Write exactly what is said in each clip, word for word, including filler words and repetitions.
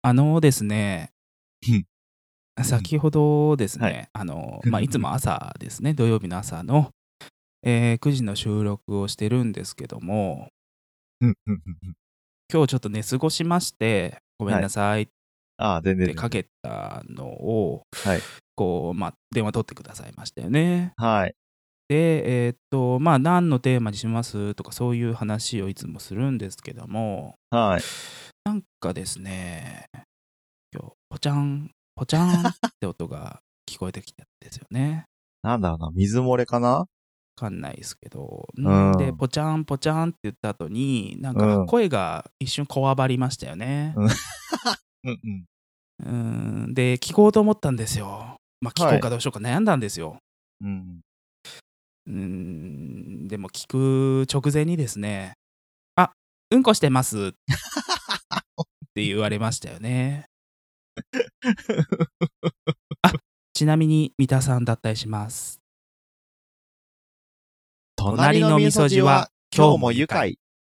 あのですね、 うん。 先ほどですはい。 ね、あの、まあ、いつも朝ですね、土曜日の朝の、えーくじの収録をしてるんですけども、 うんうんうんうん。 今日ちょっと寝過ごしまして、ごめんはい。 なさいっああ、全然全然。 てかけたのを、 はい。 こう、まあ、電話取ってくださいましたよね。 はい。 で、えーっと、まあ、何のテーマにしますとか、そういう話をいつもするんですけども、 はい。 なんかですね、今日、ポチャン、ポチャーンって音が聞こえてきたんですよね。 なんだろうな、水漏れかな。 わかんないですけど、 うんで、 ん。 ポチャンポチャンって言った後に、なんうん。 か声が一瞬こわばりましたよね。 うん。うんうん。 うーん、で、聞こうと思ったんですよ。まあ、聞こはい。 うかどうしようか悩んだんですよ。 うん。 うーん、でも聞く直前にですね、あ、うんこしてますって言われましたよね。あ、ちなみに三田さん脱退します。 隣隣のみのみそじそじはは今日今日も愉快。 も愉快。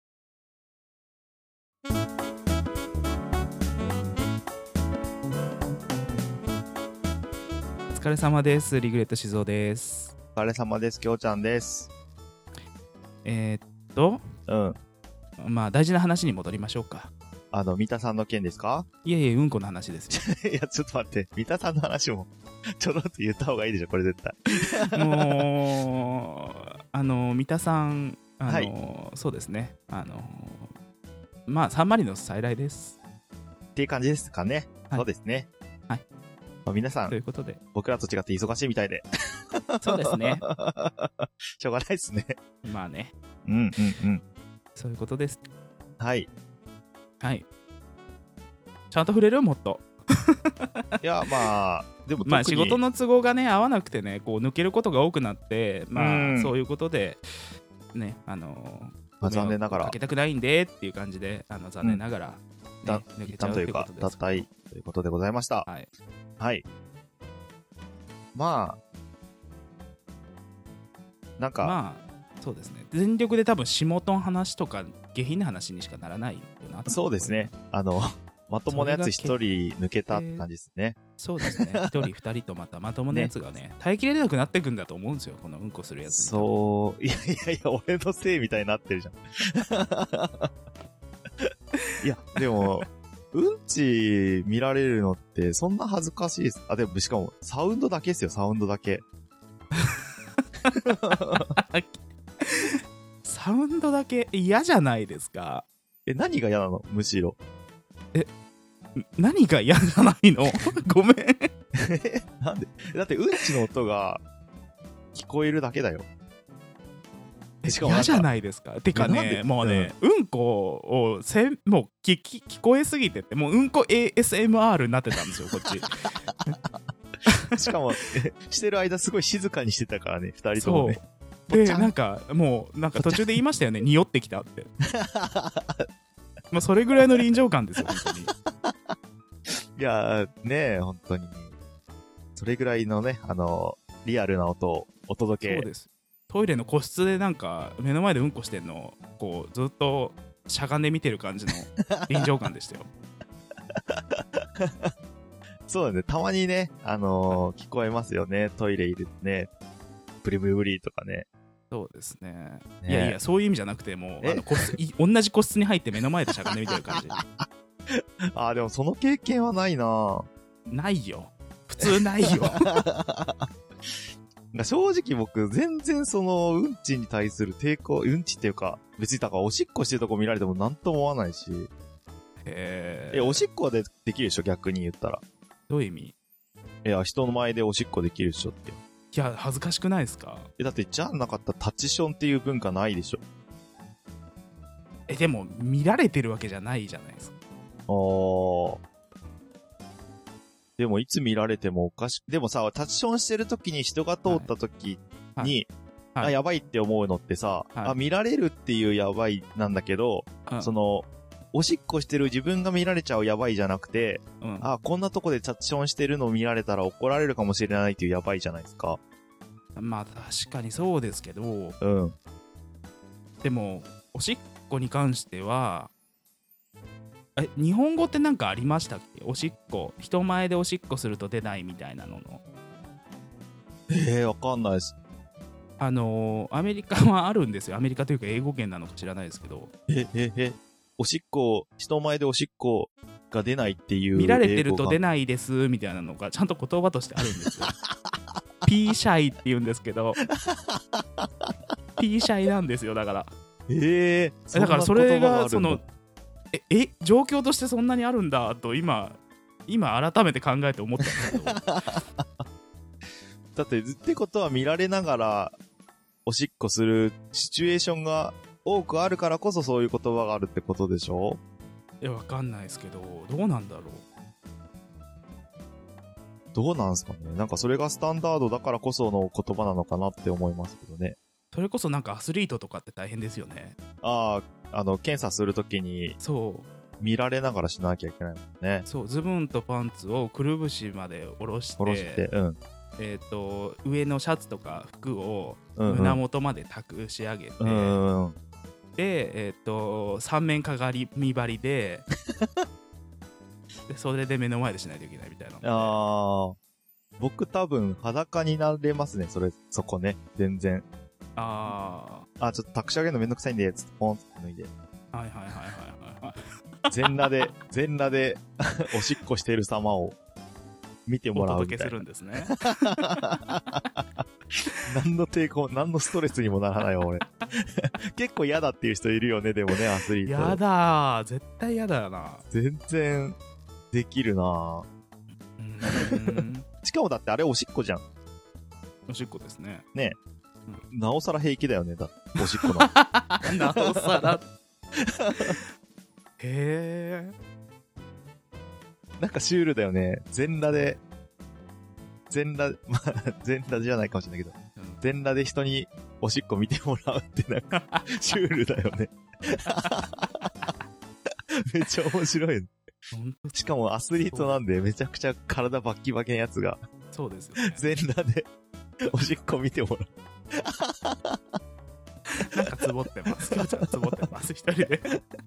お疲れ様です。リグレット静雄です。 お疲れ様です。きょうちゃんです。 えーっと、 うん。 まあ大事な話に戻りましょうか。 あの、三田さんの件ですか？ いえいえ、うんこの話ですよ。 いや、ちょっと待って。三田さんの話も、ちょろっと言った方がいいでしょ、これ絶対。 もう、あの、三田さん、あはい。 の、そうですね。あの、まあ、サンマリノ再来です。 っていう感じですかね。 はい。 そうですね。 はい。 まあ、皆さん、 ということで、 僕らと違って忙しいみたいで。 そうですね。 しょうがないですね。 まあね、 うんうんうん。 そういうことです。 はい。 はい。ちゃんと触れるよ、もっと。 いや、まあ、でもまあ、 特に、 仕事の都合がね、合わなくてね、こう、抜けることが多くなって、 うまあ、 ん。 そういうことで、ね、あの、 まあ、 ご迷残念ながら、 惑をかけたくないんでっていう感じで、あの残うん。 念ながら、 だね、抜一けちゃうっていうこ旦というか、 とですけど。 脱退ということでございました。 はい。 はい。まあ、なんか、 まあ、そうですね。全力で多分、下との話とか、下品な話にしかならないよな。 そうですね。あの、まともなやつ一人抜けたって感じですね。 そうですね。一人二人とまたまともなやつがね、耐えきれなくなっていくんだと思うんですよ。このうんこするやつに。 そう、いやいやいや、俺のせいみたいになってるじゃん。いや、でも、うんち見られるのってそんな恥ずかしいです。あ、でもしかもサウンドだけですよ、サウンドだけ。 サウンドだけ嫌じゃないですか。 え、何が嫌なの？むしろ。 え、何が嫌じゃないの？ごめん。 え、なんで？だってうんちの音が聞こえるだけだよ。しかもなんか嫌じゃないですか。てかね、 えなんでもうね、うんこをせんもう聞き聞こえすぎてて、もううんこ エーエスエムアール になってたんですよ、こっち。 しかも、えしてる間すごい静かにしてたからね、二人ともね。 そう。で、なんか、もう、なんか途中で言いましたよね、匂ってきたって。まあ、それぐらいの臨場感ですよ、本当に。 いやー、ねえ、本当に。それぐらいのね、あのー、リアルな音をお届け。 そうです。トイレの個室でなんか、目の前でうんこしてんのを、こう、ずっとしゃがんで見てる感じの臨場感でしたよ。 そうだね、たまにね、あのー、聞こえますよね、トイレいるね。ブリブリブリとかね。 そうですね。 ねいやいや、そういう意味じゃなくて、もう、 えあの個室い同じ個室に入って目の前でしゃがんで見てる感じ。 あー、でもその経験はないなないよ。普通ないよ。 正直僕、全然その、うんちに対する抵抗、うんちっていうか、別にだからおしっこしてるとこ見られてもなんとも思わないし。 へえ、おしっこでできるでしょ、逆に言ったら。 どういう意味？ いや、人の前でおしっこできるでしょって。 いや、恥ずかしくないですか？ え、だってじゃなかったらタッチションっていう文化ないでしょ。 え、でも、見られてるわけじゃないじゃないですか。 あー。でもいつ見られてもおかしく、でもさ、タッチションしてる時に人が通った時に、 はいはいはい、 あ、やばいって思うのってさ、 はい、 あ、見られるっていうやばいなんだけど、 うん、 その、おしっこしてる自分が見られちゃうやばいじゃなくて、 うん、 あ、こんなとこでタッチションしてるのを見られたら怒られるかもしれないっていうやばいじゃないですか。 まあ確かにそうですけど、 うん。 でもおしっこに関してはえ日本語ってなんかありましたっけ？おしっこ人前でおしっこすると出ないみたいなのの。 えー、わかんないです。 あのー、アメリカはあるんですよ。アメリカというか英語圏なのか知らないですけど、 え、え、え、おしっこ、人前でおしっこが出ないっていう英語が。 見られてると出ないですみたいなのがちゃんと言葉としてあるんですよ。ピーシャイって言うんですけど、ピーシャイなんですよ。だからえー、 だからそれがそんな言葉があるんだ。 そのええ状況としてそんなにあるんだと今今改めて考えて思ったんですけどだってってことは見られながらおしっこするシチュエーションが多くあるからこそそういう言葉があるってことでしょ？ いやわかんないですけど、どうなんだろう。 どうなんすかね。なんかそれがスタンダードだからこその言葉なのかなって思いますけどね。 それこそなんかアスリートとかって大変ですよね。 ああ、あの検査するときにそう見られながらしなきゃいけないもんね。 そうズボンとパンツをくるぶしまで下ろして下ろして、うん。 えー、と上のシャツとか服をうんうん、 胸元まで託し上げて、 うんうんうん、 で、えー、と三面鏡張りででそれで目の前でしないといけないみたいな。 ああ、僕多分裸になれますね、それ、そこね、全然。 ああ、ちょっと託し上げるのめんどくさいんで、つってポンって脱いで。 あはいはいはいはいはいはい。 全裸で、全裸でおしっこしている様を見てもらうみたいな。 お届けするんですね。 何の抵抗、何のストレスにもならないわ、俺。結構嫌だっていう人いるよね、でもね、アスリート。 やだー、絶対やだよな。 全然、できるなぁ。 しかもだってあれおしっこじゃん。 おしっこですね。 ねえ。うん、なおさら平気だよね、だおしっこの。 なおさら。へー。なんかシュールだよね。全裸で、全裸、まあ、全裸じゃないかもしれないけど、うん、全裸で人におしっこ見てもらうってなんか、シュールだよね。めっちゃ面白い。しかもアスリートなんでめちゃくちゃ体バッキバキなやつが。 そうですよね。 全裸でおしっこ見てもらう。 なんかつぼってます。きょうちゃんつぼってます。一人で。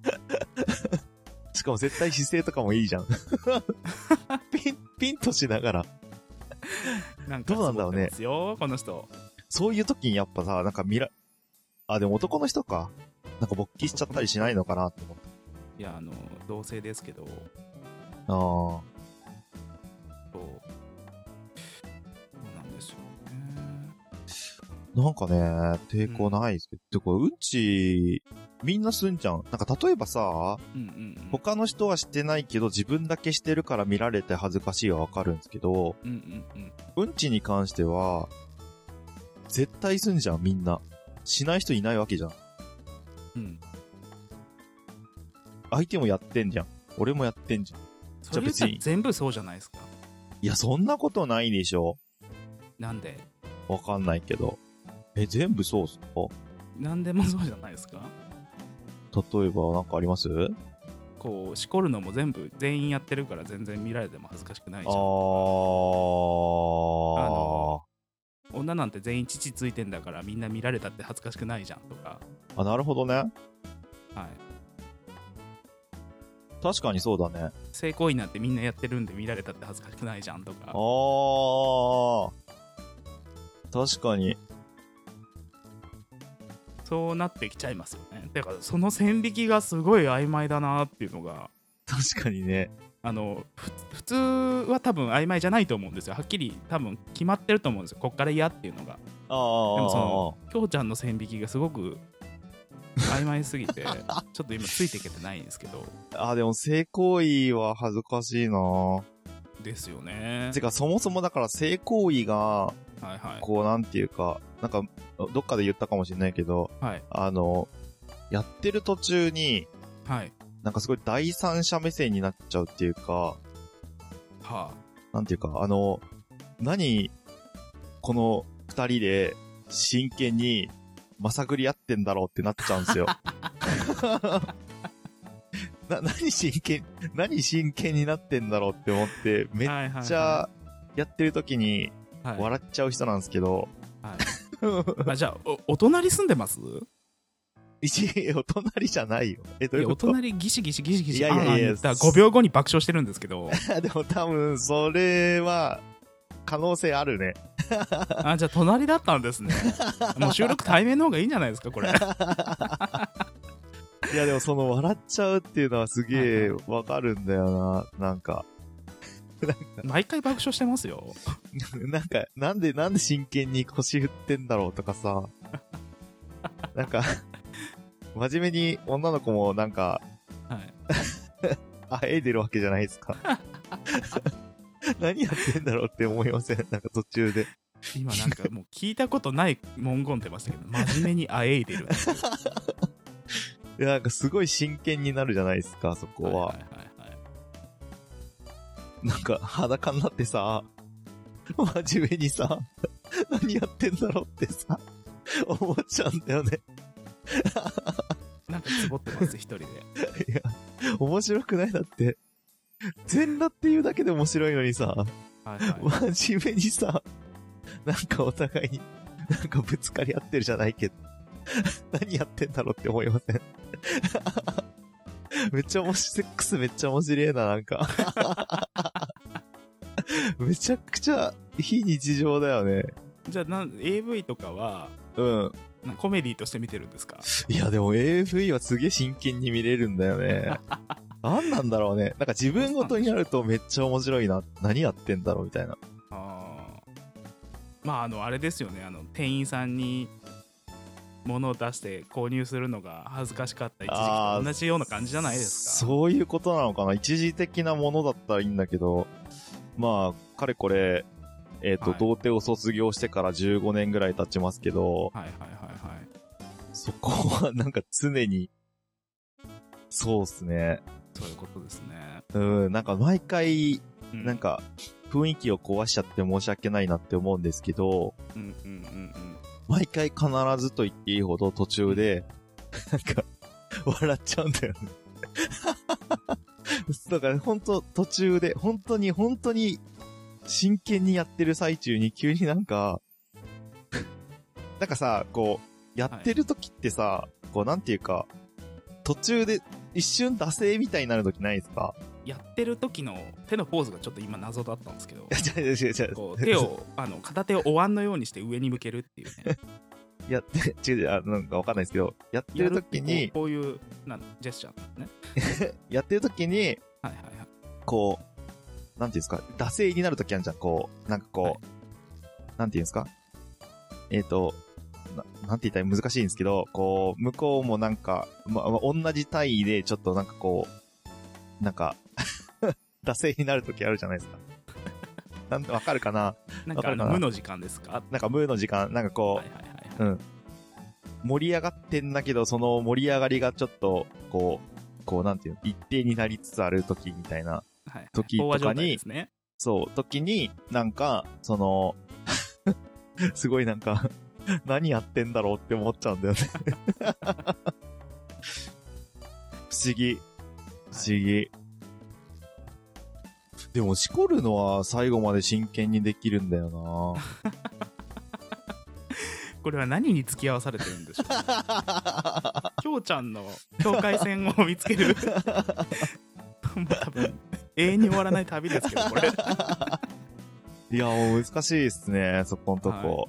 しかも絶対姿勢とかもいいじゃん。ピン、ピンとしながら。 なんかつぼってますよ、この人。 そういう時にやっぱさ、なんか見ら、あ、でも男の人か。なんか勃起しちゃったりしないのかなって思った。 いや、あの、同性ですけど。 ああ。そう。 そうなんですよね。 なんかね、抵抗ないですけど、うん、てか、うんち、みんなすんじゃん。なんか例えばさ、うんうんうん、他の人はしてないけど自分だけしてるから見られて恥ずかしいはわかるんですけど、うんうんうん、うんちに関しては、絶対すんじゃん、みんな。しない人いないわけじゃん。うん。相手もやってんじゃん。俺もやってんじゃん。 それ別に全部そうじゃないですか。 いや、そんなことないでしょ。 なんで？ わかんないけど。え、全部そうっすか？ なんでもそうじゃないですか？ 例えば、なんかあります？ こう、しこるのも全部、全員やってるから全然見られても恥ずかしくないじゃん。あー。あの、女なんて全員乳ついてんだからみんな見られたって恥ずかしくないじゃんとか。 あ、なるほどね。はい。確かにそうだね。 性行為なんてみんなやってるんで見られたって恥ずかしくないじゃんとか。 あー。確かに。 そうなってきちゃいますよね。だからその線引きがすごい曖昧だなっていうのが。 確かにね。あの、普通は多分曖昧じゃないと思うんですよ。はっきり多分決まってると思うんですよ。こっから嫌っていうのが。ああ。でもその、きょうちゃんの線引きがすごく曖昧すぎて、ちょっと今ついていけてないんですけど。 あ、でも性行為は恥ずかしいなですよね。 てかそもそもだから性行為が、はいはい、こうなんていうか、なんかどっかで言ったかもしれないけど、はい、あの、やってる途中に、はい、なんかすごい第三者目線になっちゃうっていうか、はあ、なんていうか、あの、何、この二人で真剣にまさぐり合ってんだろうってなっちゃうんですよ。な、何真剣、何真剣になってんだろうって思って、めっちゃやってる時に笑っちゃう人なんですけど。 はいはいはい、あ、じゃあお、お隣住んでます？ 一、お隣じゃないよ。え、どういうこと？ お隣ギシギシギシギシ。 いやいやいや。 ごびょうごに爆笑してるんですけど。 でも多分、それは、可能性あるね。 あ、じゃあ隣だったんですね。もう収録対面の方がいいんじゃないですか、これ。いや、でもその笑っちゃうっていうのはすげえわかるんだよな、なんか。 毎回爆笑してますよ。 なんか、なんで、なんで真剣に腰振ってんだろうとかさ。なんか、真面目に女の子もなんか、はい。あえいでるわけじゃないですか。何やってんだろうって思いません？なんか途中で。 今なんかもう聞いたことない文言出ましたけど、真面目にあえいでる。 いや、なんかすごい真剣になるじゃないですか、そこは。はいはいはいはい、なんか裸になってさ、真面目にさ、何やってんだろうってさ、思っちゃうんだよね。 なんかつぼってます一人で。いや、面白くないだって。全裸っていうだけで面白いのにさ、はいはい、真面目にさ、なんかお互いに、なんかぶつかり合ってるじゃないけど、何やってんだろうって思いません？めっちゃ面白い、セックスめっちゃ面白いな、なんか。めちゃくちゃ非日常だよね。 じゃあなん、エーブイ とかは、 うん。 コメディとして見てるんですか？ いや、でも エーブイ はすげえ真剣に見れるんだよね。何なんだろうね。なんか自分ごとになるとめっちゃ面白いな。何やってんだろうみたいな。 あまあ、あの、あれですよね。あの、店員さんに物を出して購入するのが恥ずかしかった一時期と同じような感じじゃないですか。 そういうことなのかな。一時的なものだったらいいんだけど、まあ、かれこれ、えっと、はい、童貞を卒業してからじゅうごねんぐらい経ちますけど、はいはいはいはい。そこはなんか常に、そうっすね。 そういうことですね。 うん、なんか毎回、うん、なんか、雰囲気を壊しちゃって申し訳ないなって思うんですけど、うんうんうんうん、毎回必ずと言っていいほど途中で、なんか、笑っちゃうんだよね。だから本当途中で、本当に本当に真剣にやってる最中に急になんか、なんかさ、こう、やってる時ってさ、はい、こうなんていうか、途中で一瞬惰性みたいになる時ないですか？ やってる時の手のポーズがちょっと今謎だったんですけど、 違う違う違う。 こう手を、あの、片手をお椀のようにして上に向けるっていうね。 やって、違う違う、なんかわかんないですけど、やってる時に、 こう、こういうなんジェスチャーなんですね。 やってる時に、はいはいはい。こう、なんていうんですか、惰性になる時あるじゃん、こう、なんかこう、はい、なんていうんですか、えっ、ー、と、な, なんて言ったら難しいんですけど、こう、向こうもなんか、ま、ま、同じ単位でちょっとなんかこう、なんか、惰性になる時あるじゃないですか。なんわかるかな？ なんかあの無の時間ですか？ なんか無の時間、なんかこう、はいはいはいはい、うん。盛り上がってんだけど、その盛り上がりがちょっと、こう、こうなんていうの、一定になりつつある時みたいな、時とかに、はいはいね、そう、時に、なんか、その、すごいなんか、何やってんだろうって思っちゃうんだよね。不思議。不思議。はい、でも、しこるのは最後まで真剣にできるんだよな。 これは何に付き合わされてるんでしょう。きょうちゃんの境界線を見つける。多分、永遠に終わらない旅ですけど、これ。 いや、もう難しいですね、そこのとこ。はい、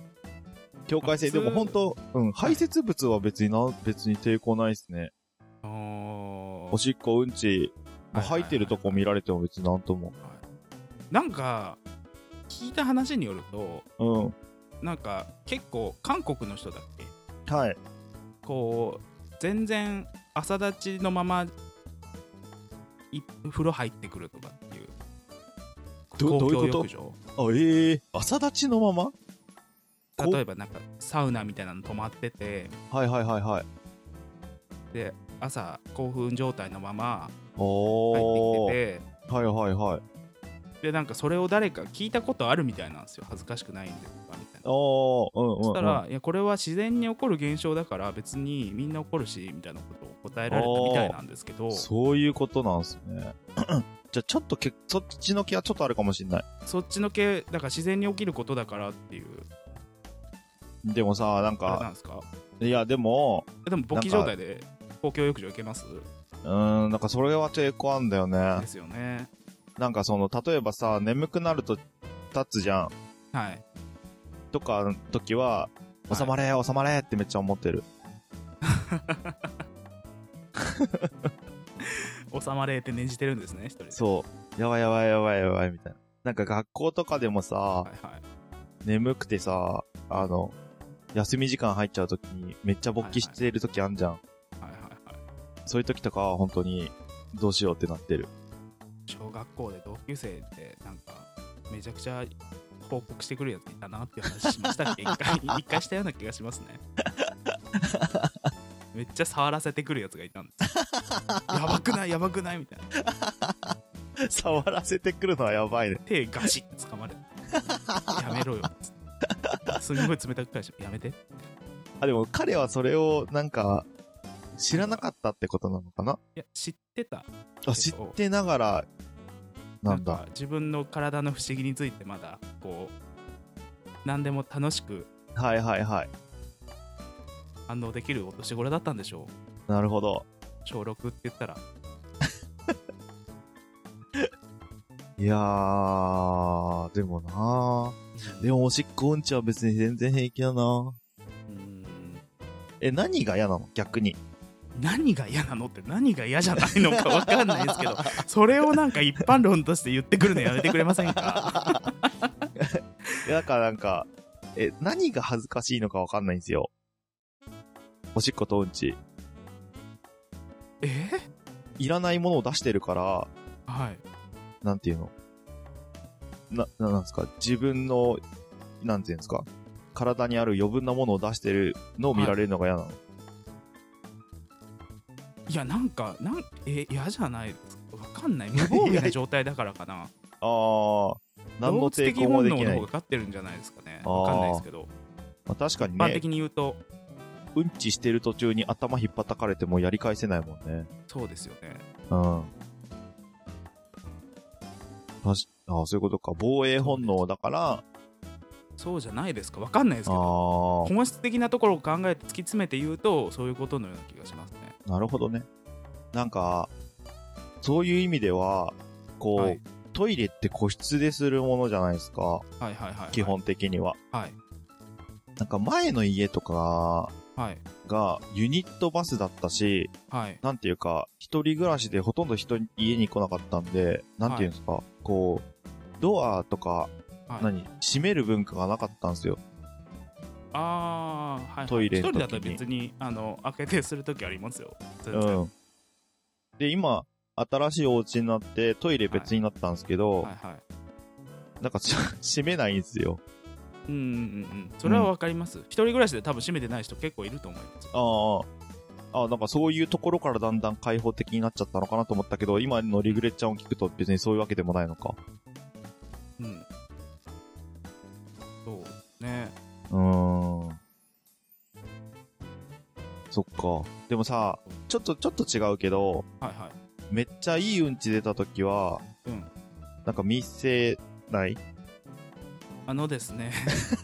境界線、でも本当、うん、排泄物は別にな、別に抵抗ないですね。おしっこ、うんち、まあ、吐いてるとこ見られても別になんとも。はい、 なんか、聞いた話によると、うん。なんか、結構、韓国の人だっけ？はい。こう、全然、朝立ちのまま、い風呂入ってくるとかっていう。 ど, どういうこと？あ、ええー、朝立ちのまま？ 例えばなんかサウナみたいなの泊まってて、 はいはいはいはい。 で、朝興奮状態のまま入ってきてて、 はいはいはい。 で、なんかそれを誰か聞いたことあるみたいなんですよ。恥ずかしくないんでとかみたいな。 おー、うんうんうん。 そしたら、いや、これは自然に起こる現象だから別にみんな起こるし、みたいなことを答えられたみたいなんですけど。 そういうことなんですね。じゃあちょっとけ、そっちの気はちょっとあるかもしれない。 そっちの気、だから自然に起きることだからっていう。 でもさ、なんか、 なんですか？ いや、でも、 でも勃起状態で公共浴場行けます？ うーん、なんかそれは抵抗あんだよね。 ですよね。 なんかその、例えばさ、眠くなると立つじゃん。 はい。 とかの時は、収まれ、はい、収まれってめっちゃ思ってる。 収まれって念じてるんですね、一人で。 そう。やばいやばいやばいやばいみたいな。なんか学校とかでもさ、はいはい、眠くてさ、あの、休み時間入っちゃう時にめっちゃ勃起してる時あんじゃん。はいはいはいはい。そういう時とかは本当にどうしようってなってる。 小学校で同級生ってなんかめちゃくちゃ報告してくるやついたなっていう話しましたっけ？一回、一回したような気がしますね。めっちゃ触らせてくるやつがいたんですよ。やばくないやばくないみたいな。触らせてくるのはやばいね。 手ガシッ掴まれる。やめろよ。すんごい冷たく返して、やめて。 あ、でも彼はそれをなんか知らなかったってことなのかな？ いや、知ってた。 あ、知ってながら、なんだ。 なんか自分の体の不思議についてまだ、こう、何でも楽しく。 はいはいはい。 反応できるお年頃だったんでしょう。なるほど。 小ろくって言ったら。 いやー、でもなー。でもおしっこうんちは別に全然平気だな。うーん。え、何が嫌なの？逆に。 何が嫌なのって何が嫌じゃないのか分かんないですけど、それをなんか一般論として言ってくるのやめてくれませんか？ いや、だからなんか、え、何が恥ずかしいのか分かんないんですよ。おしっことうんち。 えいらないものを出してるから、 はい。 なんていうのな、なんですか自分の、なんていうんですか体にある余分なものを出してるのを見られるのが嫌なの、はいいや、なんか、なん、え、嫌じゃないですか。わかんない。無防備な状態だからかな。ああ、何の抵抗もできない。動物的本能の方が勝ってるんじゃないですかね。わかんないですけど。 まあ、確かにね。 一般的に言うと。 うんちしてる途中に頭引っ叩かれてもやり返せないもんね。 そうですよね。 うん。あ、そういうことか。防衛本能だから。 そうじゃないですか。わかんないですけど。本質的なところを考えて突き詰めて言うと、そういうことのような気がしますね。 なるほどね。なんか、そういう意味では、こう、はい、トイレって個室でするものじゃないですか。 はいはいはい、はい。 基本的には。 はい。 なんか前の家とかがユニットバスだったし、はい、なんていうか、一人暮らしでほとんど人家に来なかったんで、なんていうんですか、はい、こう、ドアとか、はい、何閉める文化がなかったんですよ。 あー、はい、はい。 トイレの時に。 一人だったら別に、あの、開けてするときありますよ。 うん。で、今、新しいお家になって、トイレ別になったんですけど、はい、はいはいなんか、閉めないんですよ。 うんうんうん。それはわかります。うん、一人暮らしで多分閉めてない人結構いると思います。 ああ。あ、なんかそういうところからだんだん開放的になっちゃったのかなと思ったけど、今のリグレッちゃんを聞くと別にそういうわけでもないのか。 うん。そうね。 うーん。そっか。でもさ、ちょっと、ちょっと違うけど、はいはい。めっちゃいいうんち出たときは、うん。なんか見せない？ あのですね。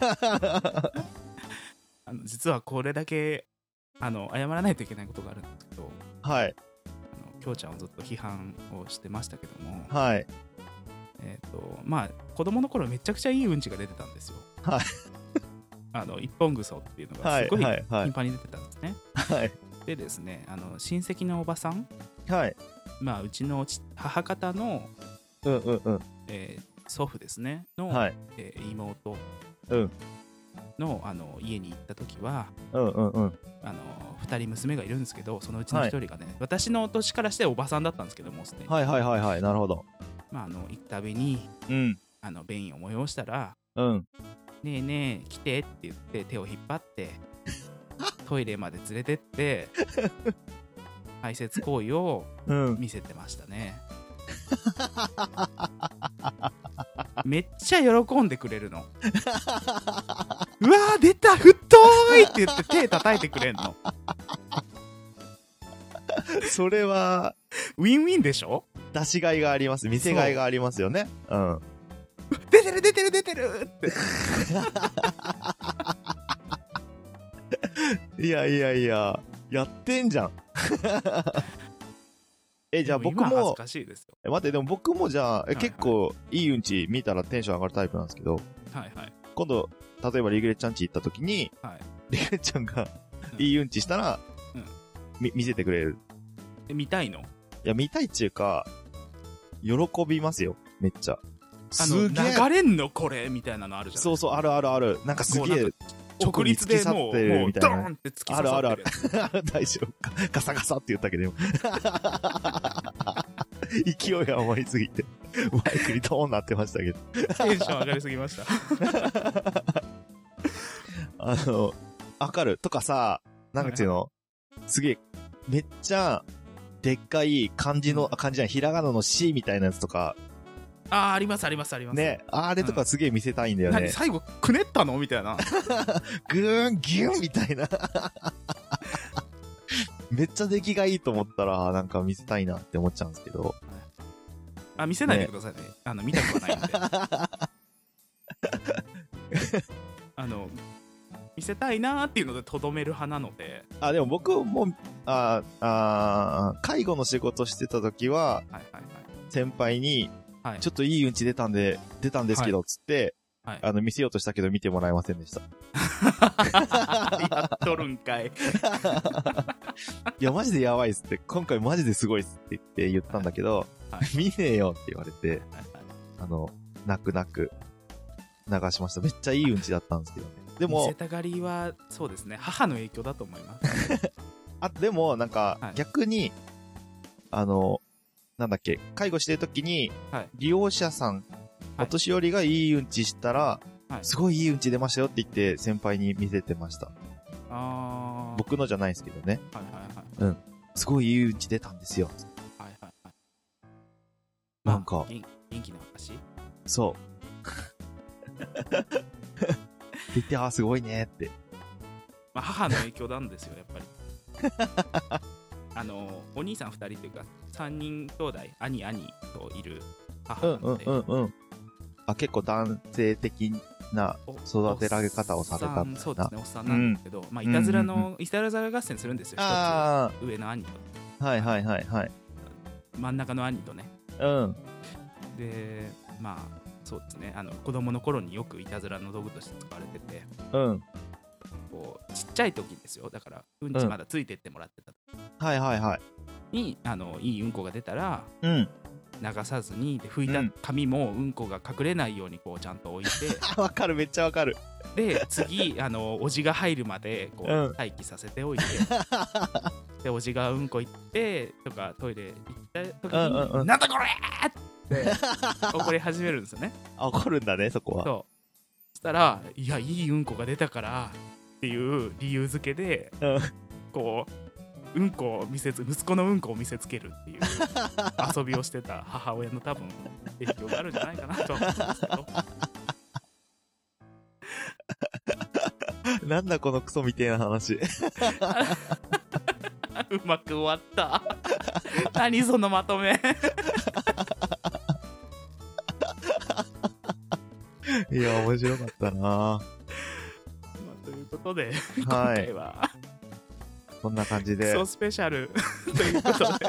あの実はこれだけ、あの、謝らないといけないことがあるんですけど、 はい。 あの、きょうちゃんをずっと批判をしてましたけども、 はい。 えっと、まあ、子供の頃めちゃくちゃいいうんちが出てたんですよ。 はい。 あの、一本ぐそっていうのがすごい頻繁に出てたんですね。 はい。 でですね、あの、親戚のおばさん、 はい。 まあ、うちの母方の、 うんうんうん。 えー、祖父ですね、の、 はいえー、妹うんの、あの家に行った時は、 うんうんうん、 あのふたり娘がいるんですけど、そのうちのひとりがね、はい、私の年からしておばさんだったんですけども、 はいはいはいはい、なるほど。 まあ、あの行くたびに、 うん、 あの便意を催したら、 うん、 ねえねえ来てって言って手を引っ張ってトイレまで連れてって排泄行為を見せてましたね。めっちゃ喜んでくれるの。うわー出た太いって言って手叩いてくれんの。 それはウィンウィンでしょ。 出しがいがあります。見せがいがありますよね。うん。 出てる出てる出てるって。 いやいやいや。 やってんじゃん。え、じゃあ僕も、 恥ずかしいですよ。 え、待って、でも僕もじゃあ、え、はいはい、結構いいうんち見たらテンション上がるタイプなんですけど、 はいはい。 今度、例えばリグレちゃんち行った時に、はい、リグレちゃんがいいうんちしたら、うん、み、見せてくれる。 え、見たいの？ いや、見たいっちゅうか、喜びますよ、めっちゃ。 あの、流れんのこれみたいなのあるじゃん。 そうそう、あるあるある。なんかすげえ、 直立でもう、もう、ドーンって突き刺さってる。 あるあるある。大丈夫か。ガサガサって言ったけど、勢いが余りすぎて、マイクにドーンなってましたけど。 テンション上がりすぎました。 あの、わかる。とかさ、なんかちゅうの、すげえ、めっちゃ、でっかい漢字の、うん、漢字じゃない、ひらがなの C みたいなやつとか、 あー、ありますありますあります。 ね、あれとかすげえ見せたいんだよね。うん、 何最後、くねったのみたいな。 ぐーん、ギュンみたいな。めっちゃ出来がいいと思ったら、なんか見せたいなって思っちゃうんですけど。 あ、見せないでくださいね。ね、あの、見たくはないんで。あの、見せたいなーっていうのでとどめる派なので。 あ、でも僕も、ああ、介護の仕事してた時は、はいはいはい、先輩に、はい、ちょっといいうんち出たんで、出たんですけど、つって、はい、あの、見せようとしたけど見てもらえませんでした。 やっとるんかい。 いや、マジでやばいっすって、今回マジですごいっすって言って言ったんだけど、はい、見ねえよって言われて、はいはい、あの、泣く泣く流しました。めっちゃいいうんちだったんですけどね。でも、 見せたがりは、そうですね、母の影響だと思います。 あ、でも、なんか、はい、逆に、あの、なんだっけ、介護してるときに、はい、利用者さん、お年寄りがいいうんちしたら、はい、すごいいいうんち出ましたよって言って先輩に見せてました。あ、僕のじゃないですけどね。はいはいはい。うん。すごいいいうんち出たんですよ。はいはいはい。なんか。 元気な話？ そう。って言って、あ、すごいねって。 まあ、母の影響なんですよ、やっぱり。あの、お兄さんふたりというか、さんにん兄弟、兄、兄といる母なので。 うんうんうんうん。あ、結構男性的な育てられ方をされたんだ。 そうですね、おっさんなんですけど、うん、まあ、いたずらの、うんうんうん、いたずら合戦するんですよ、一つ上の兄と。 はいはいはいはい。 真ん中の兄とね。 うん。 で、まあ、そうですね、あの、子供の頃によくいたずらの道具として使われてて。 うん。 こうちっちゃい時ですよ、だからうんちまだついてってもらってた、 うん、はいはいはいに、あのいいうんこが出たら、 うん、 流さずにで拭いた紙もうんこが隠れないようにこうちゃんと置いてわかる、めっちゃわかる。 で次あのおじが入るまでこう、うん、待機させておいてでおじがうんこ行ってとかトイレ行った時に、うんうんうん、なんだこれって怒り始めるんですよね。 あ、怒るんだね、そこは。 そうそしたら、いや、いいうんこが出たからっていう理由付けで、うん、こううんこを見せつ息子のうんこを見せつけるっていう遊びをしてた母親の多分影響があるんじゃないかなと思うんですけど。 なんだこのクソみたいな話。うまく終わった。何そのまとめ。 いや、面白かったな。まあ、 ということで、今回は、はい、 こんな感じで。 クソスペシャルということで。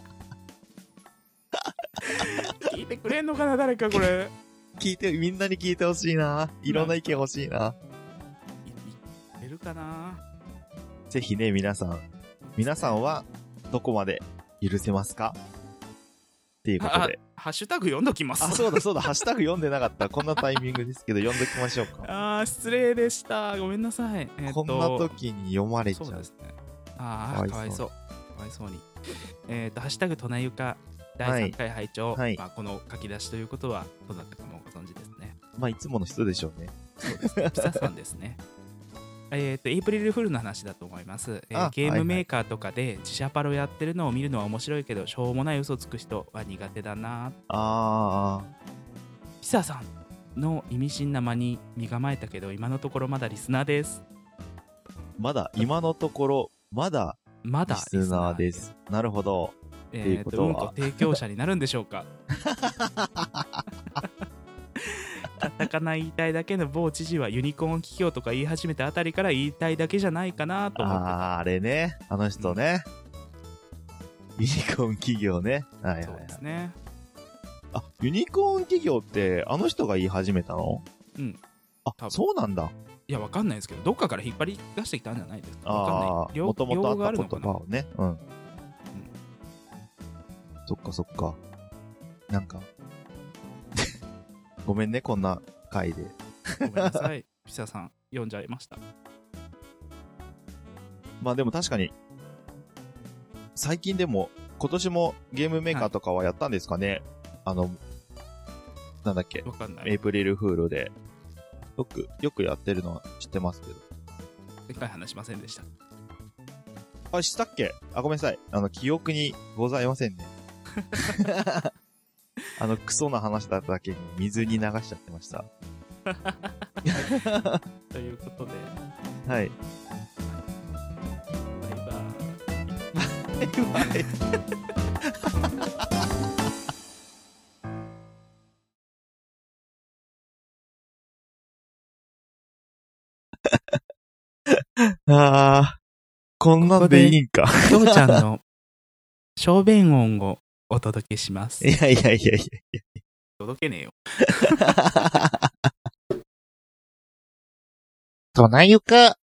聞いてくれんのかな、誰かこれ。 聞いて、みんなに聞いてほしいな。いろんな意見欲しいな。 いけるかな。 ぜひね、皆さん。皆さんは、どこまで許せますかっていうことで。 ハッシュタグ読んどきます。 あ、そうだそうだ、ハッシュタグ読んでなかった。こんなタイミングですけど、読んどきましょうか。 あー、失礼でした。ごめんなさい。 えー、こんな時に読まれちゃう。そうですね。 あー、かわいそう。かわいそうに。えっと、ハッシュタグ、となゆか、だいさんかい拝聴、はい、まあ、この書き出しということは、どうだったかもご存知ですね。 まあ、いつもの人でしょうね。 そうですね。ピサさんですね。えっと、エイプリルフールの話だと思います。えー、ゲームメーカーとかで自社パロやってるのを見るのは面白いけど、しょうもない嘘つく人は苦手だな。 あー。ピサさんの意味深な間に身構えたけど、今のところまだリスナーです。 まだ、今のところ、まだ、 まだリスナーです。なるほど。 えーと、うんこ提供者になるんでしょうか。たったカタカナ言いたいだけの某知事はユニコーン企業とか言い始めたあたりから言いたいだけじゃないかなと思って。 ああ、あれね。あの人ね。うん、ユニコーン企業ね。はいはい、はい。そうですね。あ、ユニコーン企業ってあの人が言い始めたの？うん。あ、そうなんだ。 いや、わかんないですけど、どっかから引っ張り出してきたんじゃないですか。 わかんない。もともとあった言葉をね。うん。うん、そっかそっか。なんか、ごめんね、こんな回で。 ごめんなさい。ピサさん、読んじゃいました。 まあでも確かに、最近でも、今年もゲームメーカーとかはやったんですかね、はい、あの、なんだっけ、 わかんない。 エイプリルフールで。よく、よくやってるのは知ってますけど。 一回話しませんでした。 あ、したっけ？あ、ごめんなさい。あの、記憶にございませんね。あの、クソな話だっただけに水に流しちゃってました。 ということで。 はい。 バイバイ。バイバイ。ああ、こんなんでいいんか。 きょうちゃんの小便音をお届けします。 いやいやいやいや。 届けねえよ。 となゆか。